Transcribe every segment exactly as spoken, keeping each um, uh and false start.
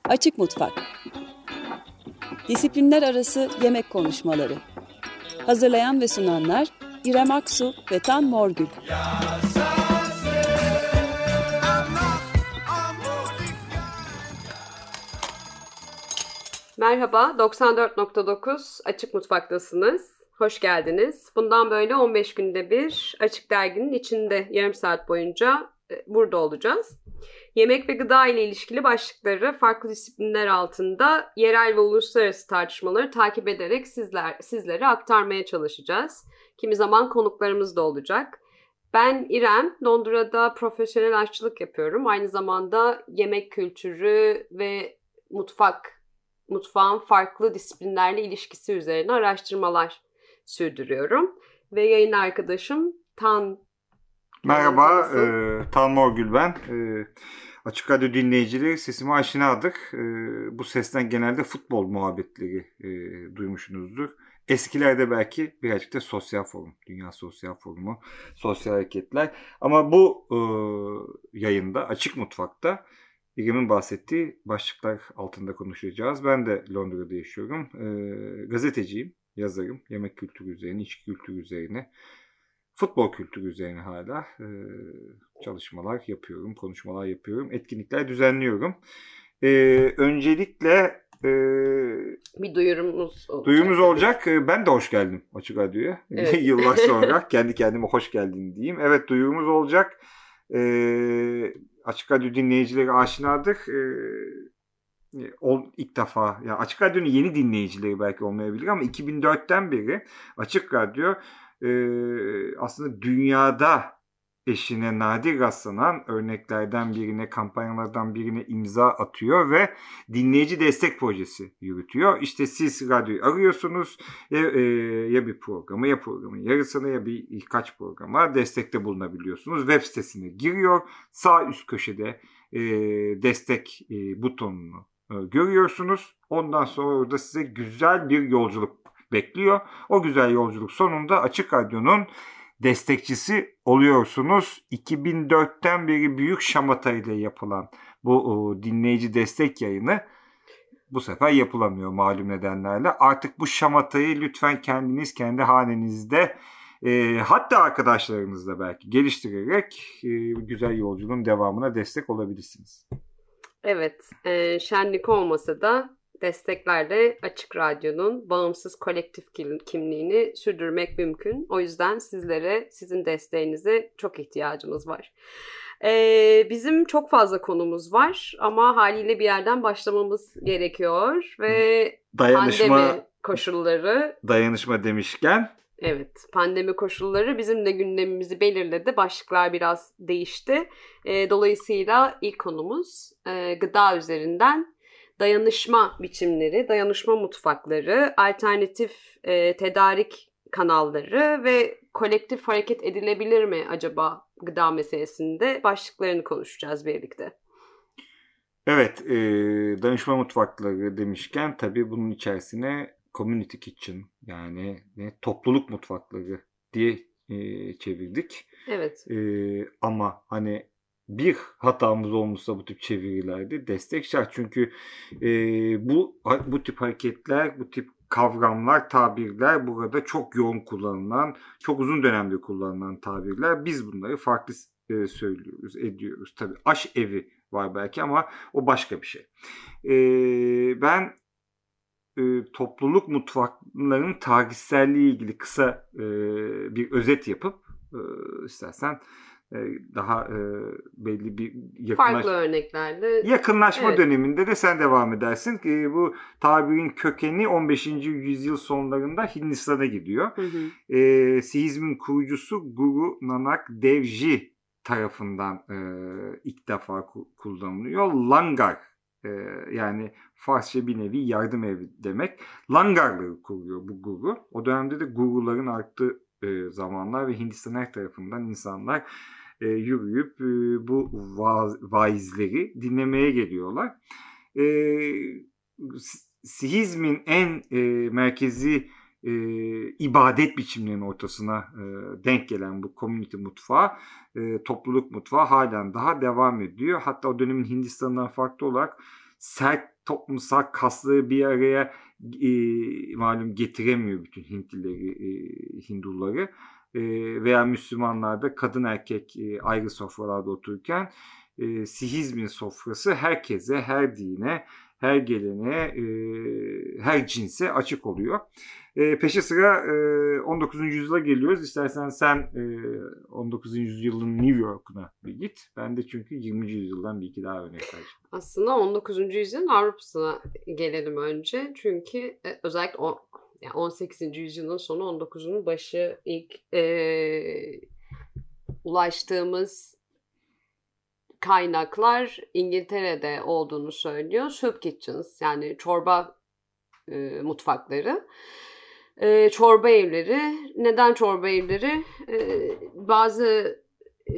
Açık Mutfak. Disiplinler arası yemek konuşmaları. Hazırlayan ve sunanlar İrem Aksu ve Tan Morgül. Merhaba, doksan dört nokta dokuz Açık Mutfak'tasınız. Hoş geldiniz. Bundan böyle on beş günde bir Açık Dergi'nin içinde yarım saat boyunca burada olacağız. Yemek ve gıda ile ilişkili başlıkları farklı disiplinler altında yerel ve uluslararası tartışmaları takip ederek sizler, sizlere aktarmaya çalışacağız. Kimi zaman konuklarımız da olacak. Ben İrem, Londra'da profesyonel aşçılık yapıyorum. Aynı zamanda yemek kültürü ve mutfak, mutfağın farklı disiplinlerle ilişkisi üzerine araştırmalar sürdürüyorum. Ve yayın arkadaşım Tan. Merhaba, e, Tan Morgül ben. E, Açık Radyo dinleyicileri sesime aşinadır. E, bu sesten genelde futbol muhabbetleri e, duymuşsunuzdur. Eskilerde belki birazcık da sosyal forum, Dünya Sosyal Forumu, sosyal hareketler. Ama bu e, yayında, Açık Mutfak'ta İrem'in bahsettiği başlıklar altında konuşacağız. Ben de Londra'da yaşıyorum. E, gazeteciyim, yazarım. Yemek kültürü üzerine, içki kültürü üzerine. Futbol kültürü üzerine hala e, çalışmalar yapıyorum, konuşmalar yapıyorum, etkinlikler düzenliyorum. E, öncelikle e, bir duyurumuz olacak. Duyurumuz olacak. E, ben de hoş geldim Açık Radyo'ya. Evet. Yıllar sonra kendi kendime hoş geldin diyeyim. Evet, duyurumuz olacak. E, Açık Radyo dinleyicileri aşinadır. E, O ilk defa, yani Açık Radyo'nun yeni dinleyicileri belki olmayabilir ama iki bin dörtten beri Açık Radyo e, aslında dünyada eşine nadir rastlanan örneklerden birine, kampanyalardan birine imza atıyor ve dinleyici destek projesi yürütüyor. İşte siz radyoyu arıyorsunuz ya, e, ya bir programa ya programın yarısına ya bir birkaç programa destekte bulunabiliyorsunuz. Web sitesine giriyor, sağ üst köşede e, destek e, butonunu görüyorsunuz. Ondan sonra orada size güzel bir yolculuk bekliyor. O güzel yolculuk sonunda Açık Radyo'nun destekçisi oluyorsunuz. iki bin dörtten beri büyük şamata ile yapılan bu o, dinleyici destek yayını bu sefer yapılamıyor malum nedenlerle. Artık bu şamatayı lütfen kendiniz kendi hanenizde e, hatta arkadaşlarınızla belki geliştirerek e, güzel yolculuğun devamına destek olabilirsiniz. Evet, e, şenlik olmasa da desteklerle Açık Radyo'nun bağımsız kolektif kimliğini sürdürmek mümkün. O yüzden sizlere, sizin desteğinize çok ihtiyacımız var. E, bizim çok fazla konumuz var ama haliyle bir yerden başlamamız gerekiyor ve dayanışma, pandemi koşulları. Dayanışma demişken. Evet, pandemi koşulları bizim de gündemimizi belirledi. Başlıklar biraz değişti. E, dolayısıyla ilk konumuz e, gıda üzerinden dayanışma biçimleri, dayanışma mutfakları, alternatif e, tedarik kanalları ve kolektif hareket edilebilir mi acaba gıda meselesinde başlıklarını konuşacağız birlikte. Evet, e, dayanışma mutfakları demişken tabii bunun içerisine community kitchen yani ne, topluluk mutfakları diye e, çevirdik. Evet. E, ama hani bir hatamız olmuşsa bu tip çevirilerde destek şart. Çünkü e, bu bu tip hareketler, bu tip kavramlar, tabirler burada çok yoğun kullanılan, çok uzun dönemde kullanılan tabirler. Biz bunları farklı e, söylüyoruz, ediyoruz. Tabii aş evi var belki ama o başka bir şey. E, ben E, topluluk mutfaklarının tarihselliği ilgili kısa e, bir özet yapıp e, istersen e, daha e, belli bir yakınlaş- farklı örneklerle yakınlaşma evet. döneminde de sen devam edersin. E, bu tabirin kökeni on beşinci yüzyıl sonlarında Hindistan'a gidiyor. Hı hı. E, Sihizmin kurucusu Guru Nanak Dev Ji tarafından e, ilk defa kullanılıyor. Langar, yani Farsça bir nevi yardım evi demek. Langarları kuruyor bu guru. O dönemde de guruların arttığı e, zamanlar ve Hindistan her tarafından insanlar e, yürüyüp e, bu vaaz, vaizleri dinlemeye geliyorlar. E, Sihizmin en e, merkezi e, ibadet biçimlerinin ortasına e, denk gelen bu community mutfağı, e, topluluk mutfağı halen daha devam ediyor. Hatta o dönemin Hindistan'dan farklı olarak sert toplumsal kasları bir araya e, malum getiremiyor bütün Hintlileri, e, Hinduları e, veya Müslümanlarda kadın erkek e, ayrı sofralarda otururken e, Sihizmin sofrası herkese, her dine, her gelene, e, her cinse açık oluyor. E, peşi sıra e, on dokuzuncu yüzyıla geliyoruz. İstersen sen e, on dokuzuncu yüzyılın New York'una bir git. Ben de çünkü yirminci yüzyıldan bir iki daha örnek vereceğim. Aslında on dokuzuncu yüzyılın Avrupa'sına gelelim önce. Çünkü e, özellikle o, yani on sekizinci yüzyılın sonu, on dokuzunun başı ilk e, ulaştığımız kaynaklar İngiltere'de olduğunu söylüyor. Soup kitchens, yani çorba e, mutfakları. E, çorba evleri. Neden çorba evleri? E, bazı e,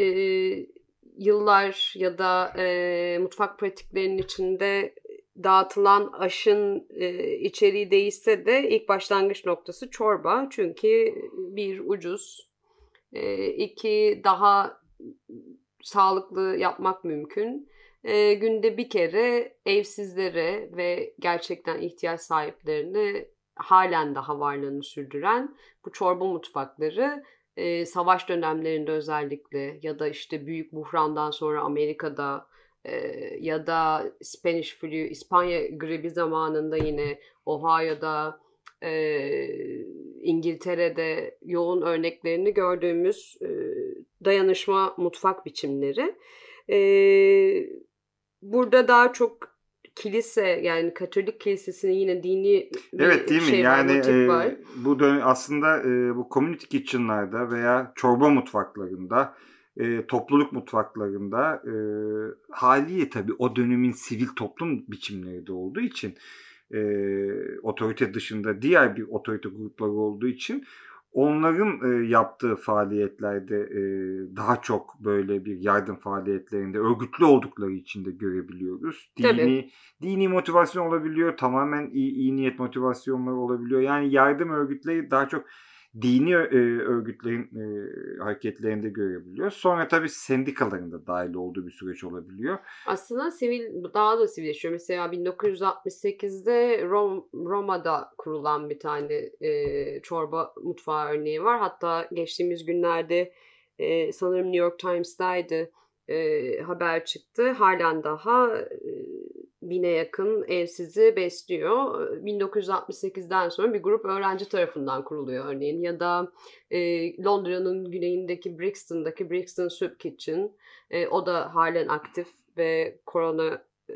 yıllar ya da e, mutfak pratiklerinin içinde dağıtılan aşın e, içeriği değişse de ilk başlangıç noktası çorba. Çünkü bir, ucuz, e, iki, daha sağlıklı yapmak mümkün. E, günde bir kere evsizlere ve gerçekten ihtiyaç sahiplerine halen daha varlığını sürdüren bu çorba mutfakları e, savaş dönemlerinde özellikle ya da işte büyük buhrandan sonra Amerika'da e, ya da Spanish flu, İspanya gribi zamanında yine Ohio'da, e, İngiltere'de yoğun örneklerini gördüğümüz e, dayanışma mutfak biçimleri. E, burada daha çok kilise, yani Katolik kilisesinin yine dini bir evet, değil mi? şey yani var, motif var. E, bu dön- aslında e, bu community kitchen'larda veya çorba mutfaklarında, e, topluluk mutfaklarında e, haliyle tabii o dönemin sivil toplum biçimleri de olduğu için, e, otorite dışında diğer bir otorite grupları olduğu için onların e, yaptığı faaliyetlerde e, daha çok böyle bir yardım faaliyetlerinde örgütlü oldukları için de görebiliyoruz. Dini Tabii. dini motivasyon olabiliyor, tamamen iyi, iyi niyet motivasyonları olabiliyor. Yani yardım örgütleri daha çok dini e, örgütlerin e, hareketlerinde görebiliyor. Sonra tabii sendikaların da dahil olduğu bir süreç olabiliyor. Aslında sivil, daha da sivilleşiyor. Mesela bin dokuz yüz altmış sekizde Rom, Roma'da kurulan bir tane e, çorba mutfağı örneği var. Hatta geçtiğimiz günlerde e, sanırım New York Times'taydı e, haber çıktı. Halen daha e, bine yakın evsizi besliyor. bin dokuz yüz altmış sekizden sonra bir grup öğrenci tarafından kuruluyor örneğin. Ya da e, Londra'nın güneyindeki Brixton'daki Brixton Soup Kitchen. E, o da halen aktif ve korona e,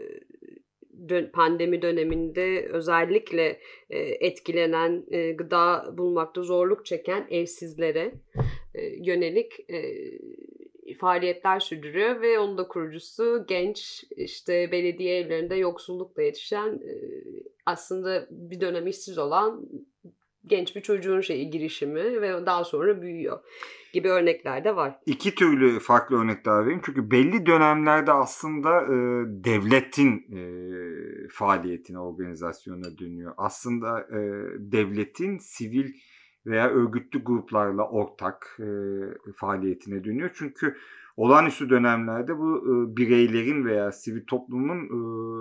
dön- pandemi döneminde özellikle e, etkilenen, e, gıda bulmakta zorluk çeken evsizlere e, yönelik e, faaliyetler sürdürüyor ve onun da kurucusu genç, işte belediye evlerinde yoksullukla yetişen, e, aslında bir dönem işsiz olan genç bir çocuğun şeyi, girişimi ve daha sonra büyüyor gibi örnekler de var. İki türlü farklı örnek daha vereyim. Çünkü belli dönemlerde aslında e, devletin e, faaliyetine, organizasyonuna dönüyor. Aslında e, devletin sivil veya örgütlü gruplarla ortak e, faaliyetine dönüyor. Çünkü olağanüstü dönemlerde bu e, bireylerin veya sivil toplumun e,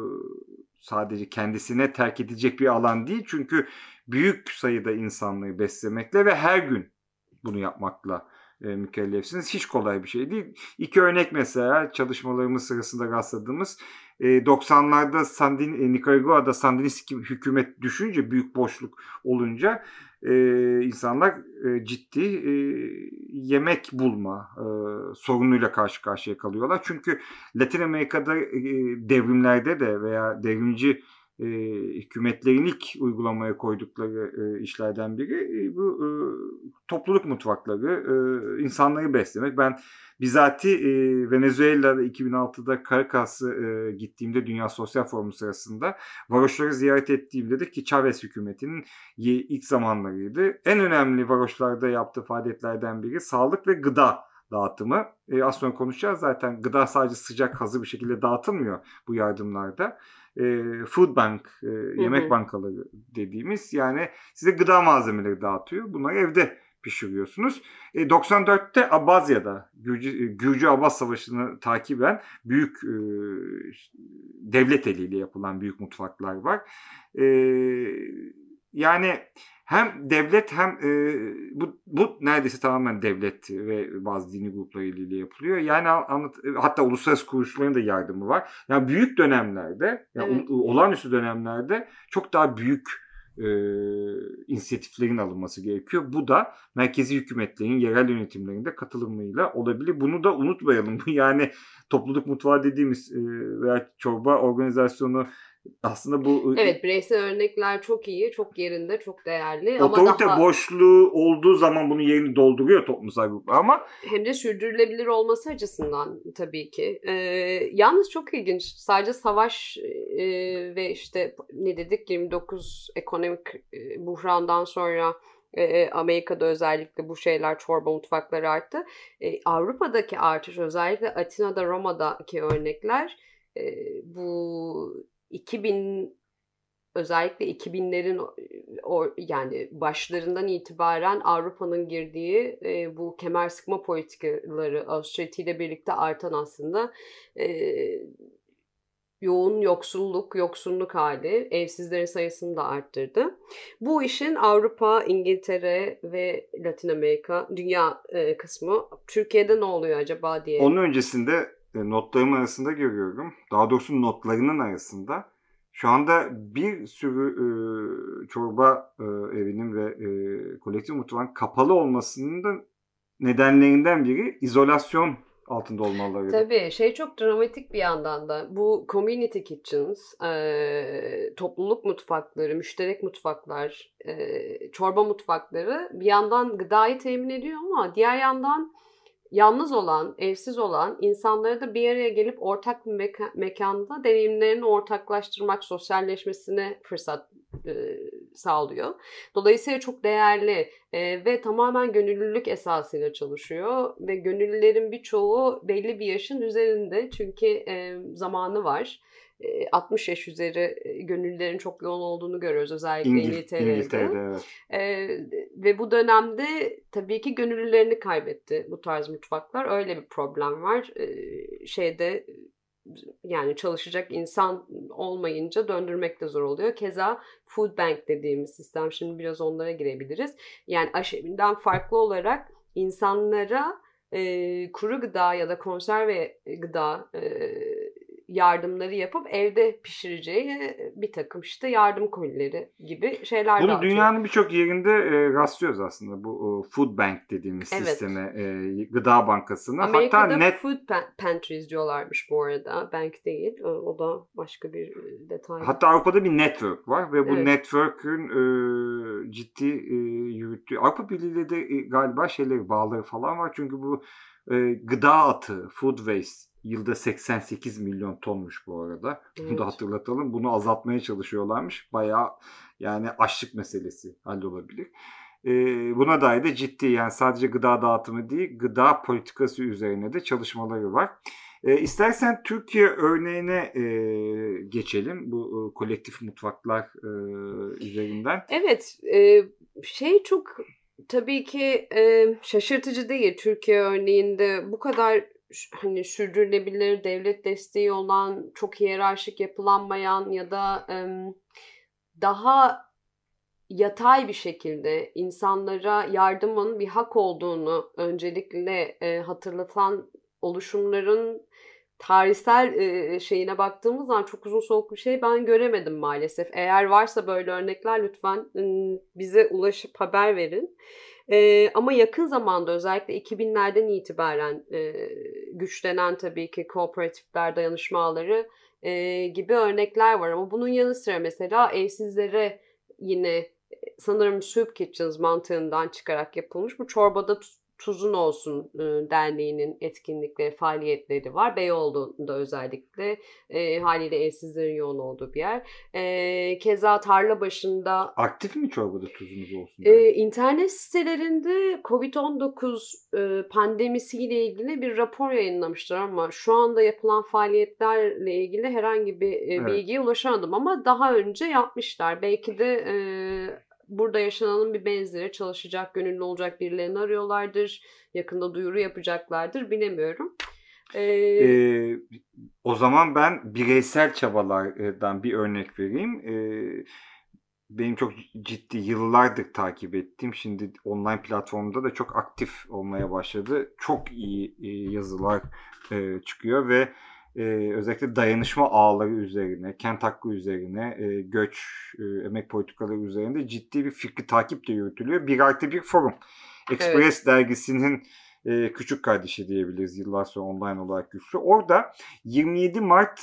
sadece kendisine terk edecek bir alan değil. Çünkü büyük sayıda insanları beslemekle ve her gün bunu yapmakla e, mükellefsiniz. Hiç kolay bir şey değil. İki örnek mesela çalışmalarımız sırasında rastladığımız, e, doksanlarda Sandin, Nikaragua'da Sandinist hükümet düşünce, büyük boşluk olunca e, insanlar e, ciddi e, yemek bulma e, sorunuyla karşı karşıya kalıyorlar. Çünkü Latin Amerika'da e, devrimlerde de veya devrimci E, hükümetlerin ilk uygulamaya koydukları e, işlerden biri e, bu e, topluluk mutfakları, e, insanları beslemek. Ben bizatihi e, Venezuela'da iki bin altıda Caracas'a e, gittiğimde Dünya Sosyal Forumu sırasında varoşları ziyaret ettiğimde de, ki Chavez hükümetinin ilk zamanlarıydı, en önemli varoşlarda yaptığı faaliyetlerden biri sağlık ve gıda dağıtımı. E, az sonra konuşacağız zaten. Gıda sadece sıcak, hazır bir şekilde dağıtılmıyor bu yardımlarda. E, food bank, e, yemek hı hı. bankaları dediğimiz, yani size gıda malzemeleri dağıtıyor. Bunları evde pişiriyorsunuz. E, doksan dörtte Abazya'da Gürcü, Gürcü-Abaz Savaşı'nı takiben büyük e, devlet eliyle yapılan büyük mutfaklar var. E, yani hem devlet hem e, bu, bu neredeyse tamamen devlet ve bazı dini gruplar eliyle yapılıyor. Yani anlat, hatta uluslararası kuruluşların da yardımı var. Yani büyük dönemlerde, yani evet. olağanüstü dönemlerde çok daha büyük e, inisiyatiflerin alınması gerekiyor. Bu da merkezi hükümetlerin, yerel yönetimlerinde katılımıyla olabilir. Bunu da unutmayalım. Yani topluluk mutfağı dediğimiz e, veya çorba organizasyonu aslında bu... Evet, bireysel örnekler çok iyi, çok yerinde, çok değerli. Otorite ama daha... boşluğu olduğu zaman bunun yerini dolduruyor toplumsal gruplar ama... Hem de sürdürülebilir olması açısından tabii ki. Ee, yalnız çok ilginç. Sadece savaş e, ve işte ne dedik yirmi dokuz ekonomik e, buhrandan sonra e, Amerika'da özellikle bu şeyler, çorba mutfakları arttı. E, Avrupa'daki artış, özellikle Atina'da, Roma'daki örnekler e, bu iki bin özellikle iki binlerin o, yani başlarından itibaren Avrupa'nın girdiği e, bu kemer sıkma politikaları austerity ile birlikte artan aslında e, yoğun yoksulluk, yoksulluk hali evsizlerin sayısını da arttırdı. Bu işin Avrupa, İngiltere ve Latin Amerika dünya e, kısmı. Türkiye'de ne oluyor acaba diye. Onun öncesinde e, notlarım arasında görüyorum. Daha doğrusu notlarının arasında şu anda bir sürü e, çorba e, evinin ve e, kolektif mutfağın kapalı olmasının da nedenlerinden biri izolasyon altında olmaları. Tabii şey çok dramatik bir yandan da bu community kitchens, e, topluluk mutfakları, müşterek mutfaklar, e, çorba mutfakları bir yandan gıdayı temin ediyor ama diğer yandan yalnız olan, evsiz olan insanları da bir araya gelip ortak bir meka- mekanda deneyimlerini ortaklaştırmak, sosyalleşmesine fırsat e, sağlıyor. Dolayısıyla çok değerli e, ve tamamen gönüllülük esasıyla çalışıyor ve gönüllülerin birçoğu belli bir yaşın üzerinde çünkü e, zamanı var. altmış yaş üzeri gönüllülerin çok yoğun olduğunu görüyoruz özellikle İngil- İngiltere'de. İngiltere'de evet. Ee, ve bu dönemde tabii ki gönüllülerini kaybetti bu tarz mutfaklar. Öyle bir problem var. Ee, şeyde yani çalışacak insan olmayınca döndürmek de zor oluyor. Keza food bank dediğimiz sistem, şimdi biraz onlara girebiliriz. Yani aşevinden farklı olarak insanlara e, kuru gıda ya da konserve gıda e, yardımları yapıp evde pişireceği bir takım işte yardım kolileri gibi şeyler Bunu dağıtıyor. Dünyanın birçok yerinde e, rastlıyoruz aslında bu e, food bank dediğimiz evet. sisteme, e, gıda bankasına. Amerika'da hatta net food pantries diyorlarmış bu arada, bank değil. O da başka bir detay. Hatta Avrupa'da bir network var ve bu evet. network'ün e, ciddi e, yürüttüğü Avrupa Birliği'yle de e, galiba şeyleri, bağları falan var. Çünkü bu e, gıda atığı, food waste yılda seksen sekiz milyon tonmuş bu arada. Evet. Bunu da hatırlatalım. Bunu azaltmaya çalışıyorlarmış. Bayağı yani açlık meselesi hallolabilir. Ee, buna dair de ciddi, yani sadece gıda dağıtımı değil, gıda politikası üzerine de çalışmaları var. Ee, istersen Türkiye örneğine e, geçelim bu e, kolektif mutfaklar e, üzerinden. Evet. E, şey çok tabii ki e, şaşırtıcı değil. Türkiye örneğinde bu kadar hani sürdürülebilir, devlet desteği olan, çok hiyerarşik yapılanmayan ya da e, daha yatay bir şekilde insanlara yardımın bir hak olduğunu öncelikle e, hatırlatan oluşumların tarihsel e, şeyine baktığımız zaman çok uzun soluklu bir şey ben göremedim maalesef. Eğer varsa böyle örnekler lütfen e, bize ulaşıp haber verin. Ee, ama yakın zamanda özellikle iki binlerden itibaren e, güçlenen tabii ki kooperatifler, dayanışma ağları e, gibi örnekler var. Ama bunun yanı sıra mesela evsizlere yine sanırım Soup Kitchens mantığından çıkarak yapılmış bu çorbada Tuzun Olsun e, Derneği'nin etkinlikleri, faaliyetleri var. Beyoğlu'nda özellikle e, haliyle evsizlerin yoğun olduğu bir yer. E, keza tarla başında... Aktif mi çorbada Tuzunuz Olsun? E, internet sitelerinde kovid on dokuz e, pandemisiyle ilgili bir rapor yayınlamışlar ama şu anda yapılan faaliyetlerle ilgili herhangi bir e, bilgiye evet. ulaşamadım ama daha önce yapmışlar. Belki de... E, burada yaşananın bir benzeri, çalışacak, gönüllü olacak birilerini arıyorlardır. Yakında duyuru yapacaklardır. Bilemiyorum. Ee, ee, o zaman ben bireysel çabalardan bir örnek vereyim. Ee, benim çok ciddi yıllardır takip ettiğim, şimdi online platformda da çok aktif olmaya başladı. Çok iyi e, yazılar e, çıkıyor ve e, özellikle dayanışma ağları üzerine, kent hakkı üzerine, e, göç, e, emek politikaları üzerinde ciddi bir fikri takip de yürütülüyor. Bir artı bir forum. Express evet. dergisinin e, küçük kardeşi diyebiliriz, yıllar sonra online olarak güçlü. Orada yirmi yedi Mart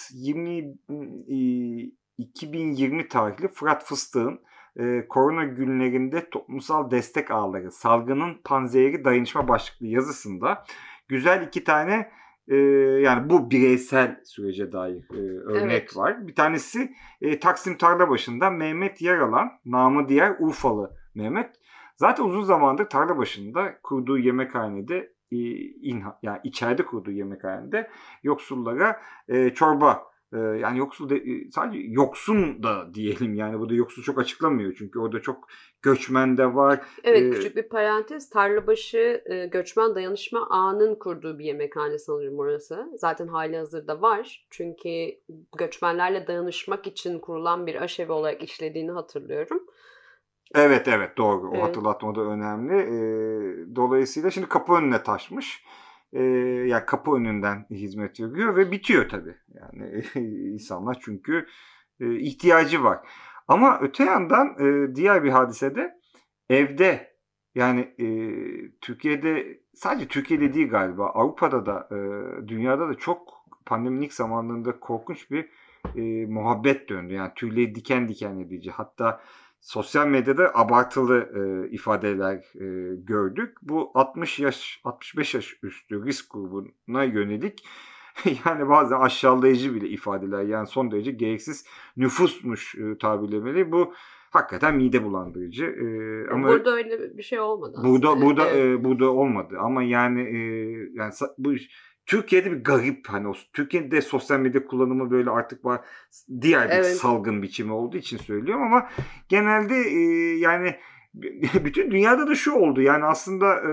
iki bin yirmi tarihli Fırat Fıstık'ın e, korona günlerinde toplumsal destek ağları, salgının panzehri dayanışma başlıklı yazısında güzel iki tane e, yani bu bireysel sürece dair e, örnek evet. var. Bir tanesi e, Taksim Tarlabaşı'nda Mehmet Yaralan, namı diğer Urfalı Mehmet. Zaten uzun zamandır Tarlabaşı'nda kurduğu yemekhanede e, inha, yani içeride kurduğu yemekhanede yoksullara e, çorba, yani yoksul de, sadece yoksun da diyelim, yani burada yoksul çok açıklamıyor çünkü orada çok göçmen de var. Evet ee, küçük bir parantez, Tarlabaşı Göçmen Dayanışma Ağı'nın kurduğu bir yemekhane sanırım orası. Zaten hali hazırda var çünkü göçmenlerle dayanışmak için kurulan bir aşevi olarak işlediğini hatırlıyorum. Evet evet doğru, o evet. hatırlatma da önemli. Ee, dolayısıyla şimdi kapı önüne taşmış. Ee, yani kapı önünden hizmet veriyor ve bitiyor tabii. Yani insanlar çünkü e, ihtiyacı var. Ama öte yandan e, diğer bir hadisede evde, yani e, Türkiye'de, sadece Türkiye'de değil galiba, Avrupa'da da e, dünyada da çok pandeminin ilk zamanlarında korkunç bir e, muhabbet döndü. Yani tüyleri diken diken edici, hatta sosyal medyada abartılı e, ifadeler e, gördük. Bu altmış yaş, altmış beş yaş üstü risk grubuna yönelik yani bazen aşağılayıcı bile ifadeler, yani son derece gereksiz nüfusmuş e, tabirlemeli. Bu hakikaten mide bulandırıcı. E, ama burada öyle bir şey olmadı aslında. Burada burada evet. e, burada olmadı ama yani e, yani bu Türkiye'de bir garip, hani o Türkiye'de sosyal medya kullanımı böyle artık var, diğer bir evet. salgın biçimi olduğu için söylüyorum ama genelde e, yani bütün dünyada da şu oldu, yani aslında e,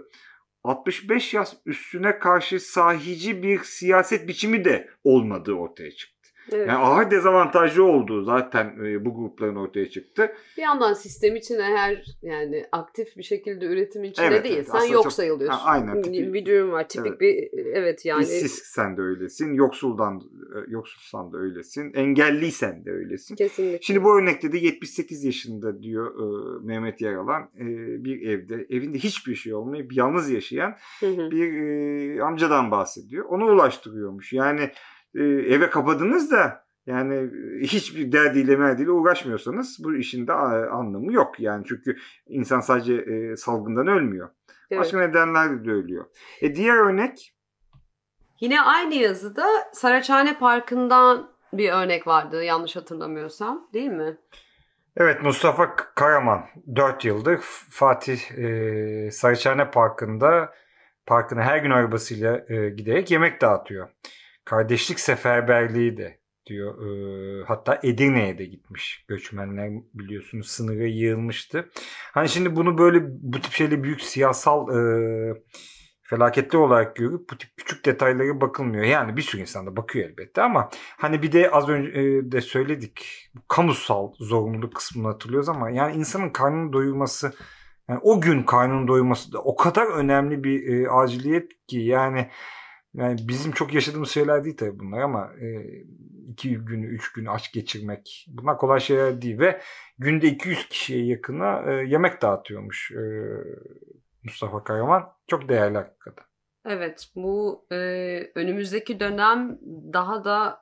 altmış beş yaş üstüne karşı sahici bir siyaset biçimi de olmadığı ortaya çıktı. Evet. Yani ağır dezavantajlı olduğu zaten e, bu grupların ortaya çıktı. Bir yandan sistem içine her, yani aktif bir şekilde üretim içinde evet, değil. Evet. Sen aslında yok çok, sayılıyorsun. Ha, aynen. Tipik, bir durum var. Tipik evet. bir evet yani. İşsizsen de öylesin. Yoksuldan yoksulsan da öylesin. Engelliysen de öylesin. Kesinlikle. Şimdi bu örnekte de yetmiş sekiz yaşında diyor e, Mehmet Yaralan, e, bir evde, evinde hiçbir şey olmayıp yalnız yaşayan hı hı. bir e, amcadan bahsediyor. Ona ulaştırıyormuş. Yani eve kapadınız da yani hiçbir derdiyle merdiyle uğraşmıyorsanız bu işin de anlamı yok. Yani çünkü insan sadece e, salgından ölmüyor. Evet. Başka nedenlerle de ölüyor. E, diğer örnek? Yine aynı yazıda Saraçhane Parkı'ndan bir örnek vardı yanlış hatırlamıyorsam, değil mi? Evet, Mustafa Karaman dört yıldır Fatih e, Saraçhane Parkı'nda parkına her gün arabasıyla e, giderek yemek dağıtıyor. Kardeşlik seferberliği de diyor. E, hatta Edirne'ye de gitmiş. Göçmenler biliyorsunuz sınıra yığılmıştı. Hani şimdi bunu böyle bu tip şeyle büyük siyasal e, felaketler olarak görüp bu tip küçük detaylara bakılmıyor. Yani bir sürü insan da bakıyor elbette ama hani bir de az önce e, de söyledik. Bu kamusal zorunluluk kısmını hatırlıyoruz ama yani insanın karnını doyurması, yani o gün karnını doyurması da o kadar önemli bir e, aciliyet ki yani Yani bizim çok yaşadığımız şeyler değil tabii bunlar ama e, iki günü, üç günü aç geçirmek bunlar kolay şeyler değil ve günde iki yüz kişiye yakına e, yemek dağıtıyormuş e, Mustafa Karaman. Çok değerli hakikaten. Evet, bu e, önümüzdeki dönem daha da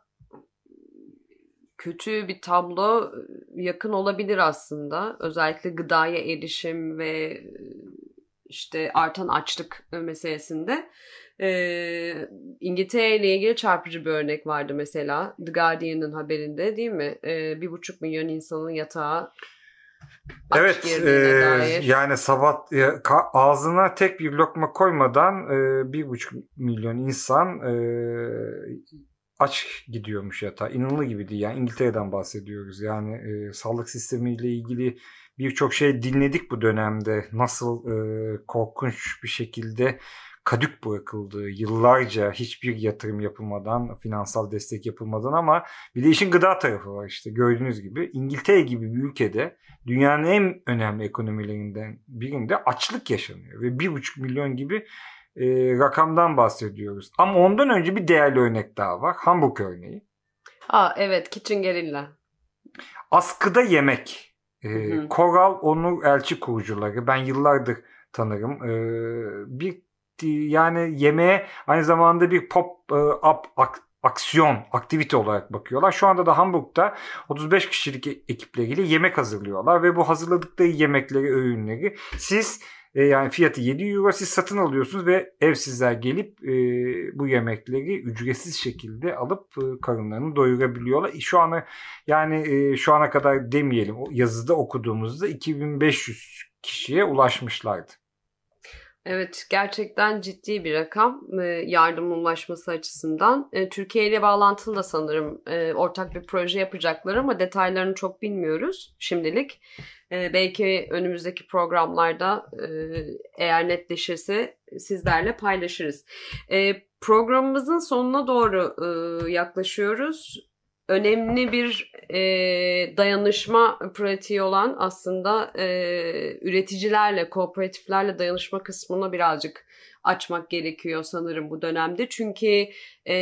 kötü bir tablo yakın olabilir aslında. Özellikle gıdaya erişim ve işte artan açlık meselesinde. Ee, İngiltere ile ilgili çarpıcı bir örnek vardı mesela The Guardian'ın haberinde, değil mi? Ee, bir buçuk milyon insanın yatağa aç evet, girdiğine e, dair. Yani sabah e, ağzına tek bir lokma koymadan e, bir buçuk milyon insan e, aç gidiyormuş yatağa. İnanılır gibi değil. Yani İngiltere'den bahsediyoruz. Yani e, sağlık sistemiyle ilgili birçok şey dinledik bu dönemde. Nasıl e, korkunç bir şekilde kadük bırakıldığı, yıllarca hiçbir yatırım yapılmadan, finansal destek yapılmadan, ama bir de işin gıda tarafı var işte. Gördüğünüz gibi İngiltere gibi bir ülkede dünyanın en önemli ekonomilerinden birinde açlık yaşanıyor. Ve bir buçuk milyon gibi e, rakamdan bahsediyoruz. Ama ondan önce bir değerli örnek daha var. Hamburg örneği. Aa, evet, Kitchen Guerrilla. Askıda yemek. E, Koral Onur Elçi kurucuları. Ben yıllardır tanırım. E, bir yani yemeğe aynı zamanda bir pop-up ak- aksiyon, aktivite olarak bakıyorlar. Şu anda da Hamburg'da otuz beş kişilik ekipleriyle yemek hazırlıyorlar ve bu hazırladıkları yemekleri, öğünleri siz e, yani fiyatı yedi euro, siz satın alıyorsunuz ve ev sizler gelip e, bu yemekleri ücretsiz şekilde alıp e, karınlarını doyurabiliyorlar. Şu ana yani e, şu ana kadar demeyelim, yazıda okuduğumuzda iki bin beş yüz kişiye ulaşmışlardı. Evet, gerçekten ciddi bir rakam yardımın ulaşması açısından. Türkiye ile bağlantılı da sanırım ortak bir proje yapacaklar ama detaylarını çok bilmiyoruz şimdilik. Belki önümüzdeki programlarda eğer netleşirse sizlerle paylaşırız. Programımızın sonuna doğru yaklaşıyoruz. Önemli bir e, dayanışma pratiği olan aslında e, üreticilerle, kooperatiflerle dayanışma kısmını birazcık açmak gerekiyor sanırım bu dönemde. Çünkü e,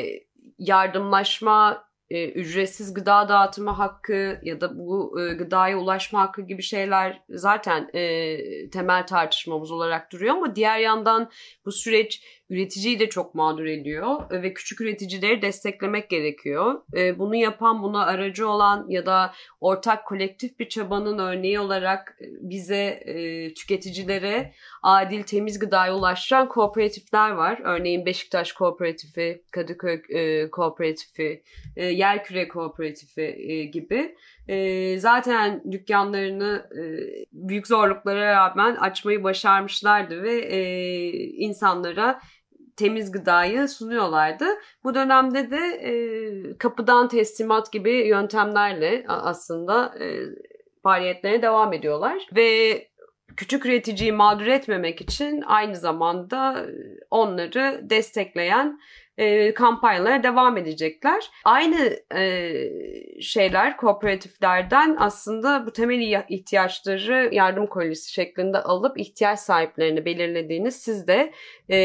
yardımlaşma, e, ücretsiz gıda dağıtımı hakkı ya da bu e, gıdaya ulaşma hakkı gibi şeyler zaten e, temel tartışmamız olarak duruyor. Ama diğer yandan bu süreç üreticiyi de çok mağdur ediyor ve küçük üreticileri desteklemek gerekiyor. Bunu yapan, buna aracı olan ya da ortak kolektif bir çabanın örneği olarak bize, tüketicilere adil, temiz gıdaya ulaştıran kooperatifler var. Örneğin Beşiktaş Kooperatifi, Kadıköy Kooperatifi, Yerküre Kooperatifi gibi. Zaten dükkanlarını büyük zorluklara rağmen açmayı başarmışlardı ve insanlara temiz gıdayı sunuyorlardı. Bu dönemde de e, kapıdan teslimat gibi yöntemlerle aslında e, faaliyetlerine devam ediyorlar. Ve küçük üreticiyi mağdur etmemek için aynı zamanda onları destekleyen e, kampanyalara devam edecekler. Aynı e, şeyler kooperatiflerden aslında bu temel ihtiyaçları yardım kolisi şeklinde alıp ihtiyaç sahiplerini belirlediğiniz, siz de e,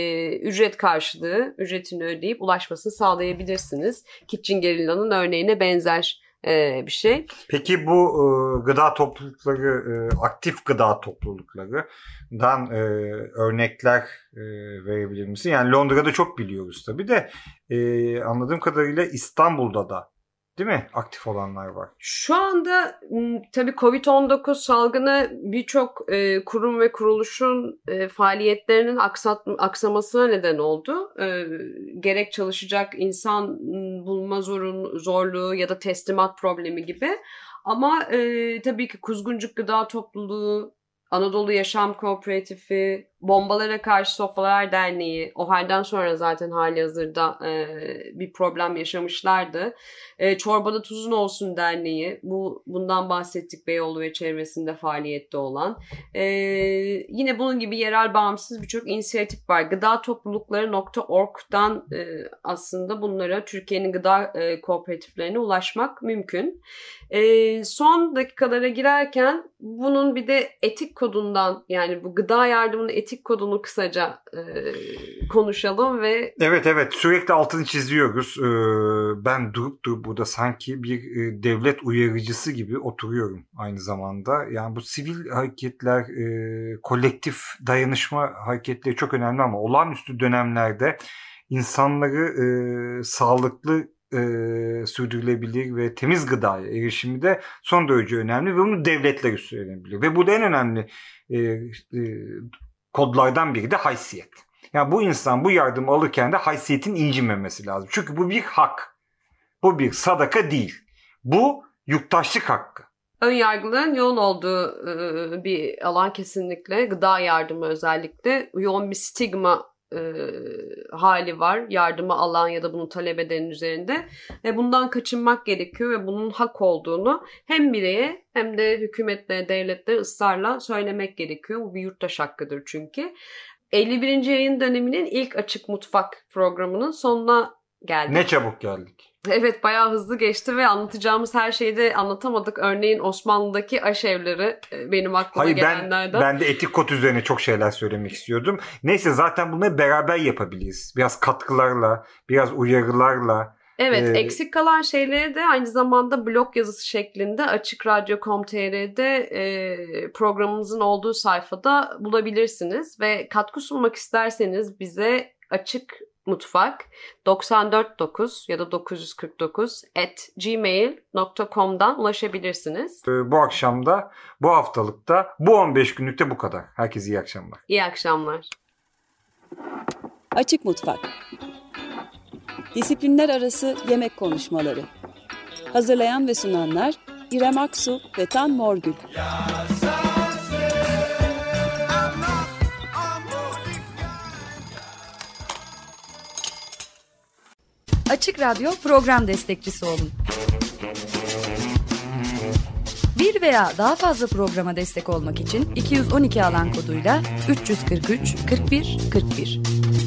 ücret karşılığı, ücretini ödeyip ulaşmasını sağlayabilirsiniz. Kitchen Guerrilla'nın örneğine benzer bir şey. Peki bu e, gıda toplulukları, e, aktif gıda topluluklarından e, örnekler e, verebilir misin? Yani Londra'da çok biliyoruz tabii de e, anladığım kadarıyla İstanbul'da da, değil mi, aktif olanlar var? Şu anda tabii kovid on dokuz salgını birçok e, kurum ve kuruluşun e, faaliyetlerinin aksat, aksamasına neden oldu. E, gerek çalışacak insan bulma zorun, zorluğu ya da teslimat problemi gibi. Ama e, tabii ki Kuzguncuk Gıda Topluluğu, Anadolu Yaşam Kooperatifi, Bombalara Karşı Sofralar Derneği, o halden sonra zaten hali hazırda e, bir problem yaşamışlardı. E, Çorbada Tuzun Olsun Derneği, bu bundan bahsettik, Beyoğlu ve çevresinde faaliyette olan. E, yine bunun gibi yerel bağımsız birçok inisiyatif var. gıda toplulukları nokta org'dan e, aslında bunlara, Türkiye'nin gıda e, kooperatiflerine ulaşmak mümkün. E, son dakikalara girerken bunun bir de etik kodundan, yani bu gıda yardımının etik kodunu kısaca e, konuşalım ve... Evet evet, sürekli altını çiziyoruz. Ee, ben durup durup burada sanki bir e, devlet uyarıcısı gibi oturuyorum aynı zamanda. Yani bu sivil hareketler, e, kolektif dayanışma hareketleri çok önemli ama olağanüstü dönemlerde insanları e, sağlıklı, e, sürdürülebilir ve temiz gıdaya erişimi de son derece önemli ve bunu devletler üstlenebilir. Ve bu da en önemli e, e, kodlardan biri de haysiyet. Yani bu insan bu yardımı alırken de haysiyetin incinmemesi lazım. Çünkü bu bir hak. Bu bir sadaka değil. Bu yurttaşlık hakkı. Ön yargıların yoğun olduğu bir alan kesinlikle. Gıda yardımı özellikle. Yoğun bir stigma e, hali var. Yardımı alan ya da bunu talep edenin üzerinde. Ve bundan kaçınmak gerekiyor ve bunun hak olduğunu hem bireye hem de hükümetlere, devletlere ısrarla söylemek gerekiyor. Bu bir yurttaş hakkıdır çünkü. elli birinci yayın döneminin ilk Açık Mutfak programının sonuna geldik. Ne çabuk geldik. Evet, bayağı hızlı geçti ve anlatacağımız her şeyi de anlatamadık. Örneğin Osmanlı'daki aşevleri benim aklıma Hayır, gelenlerden. Ben, ben de etik kod üzerine çok şeyler söylemek istiyordum. Neyse, zaten bunları beraber yapabiliriz. Biraz katkılarla, biraz uyarılarla. Evet, ee... eksik kalan şeyleri de aynı zamanda blog yazısı şeklinde açık radyo nokta com nokta tr'de e, programımızın olduğu sayfada bulabilirsiniz. Ve katkı sunmak isterseniz bize Açık Mutfak doksan dört dokuz ya da dokuz yüz kırk dokuz at gmail nokta com'dan ulaşabilirsiniz. Bu akşam da, bu haftalıkta, bu on beş günlükte bu kadar. Herkese iyi akşamlar. İyi akşamlar. Açık Mutfak. Disiplinler arası yemek konuşmaları. Hazırlayan ve sunanlar İrem Aksu ve Tan Morgül. Açık Radyo program destekçisi olun. Bir veya daha fazla programa destek olmak için iki yüz on iki alan koduyla üç yüz kırk üç kırk bir kırk bir.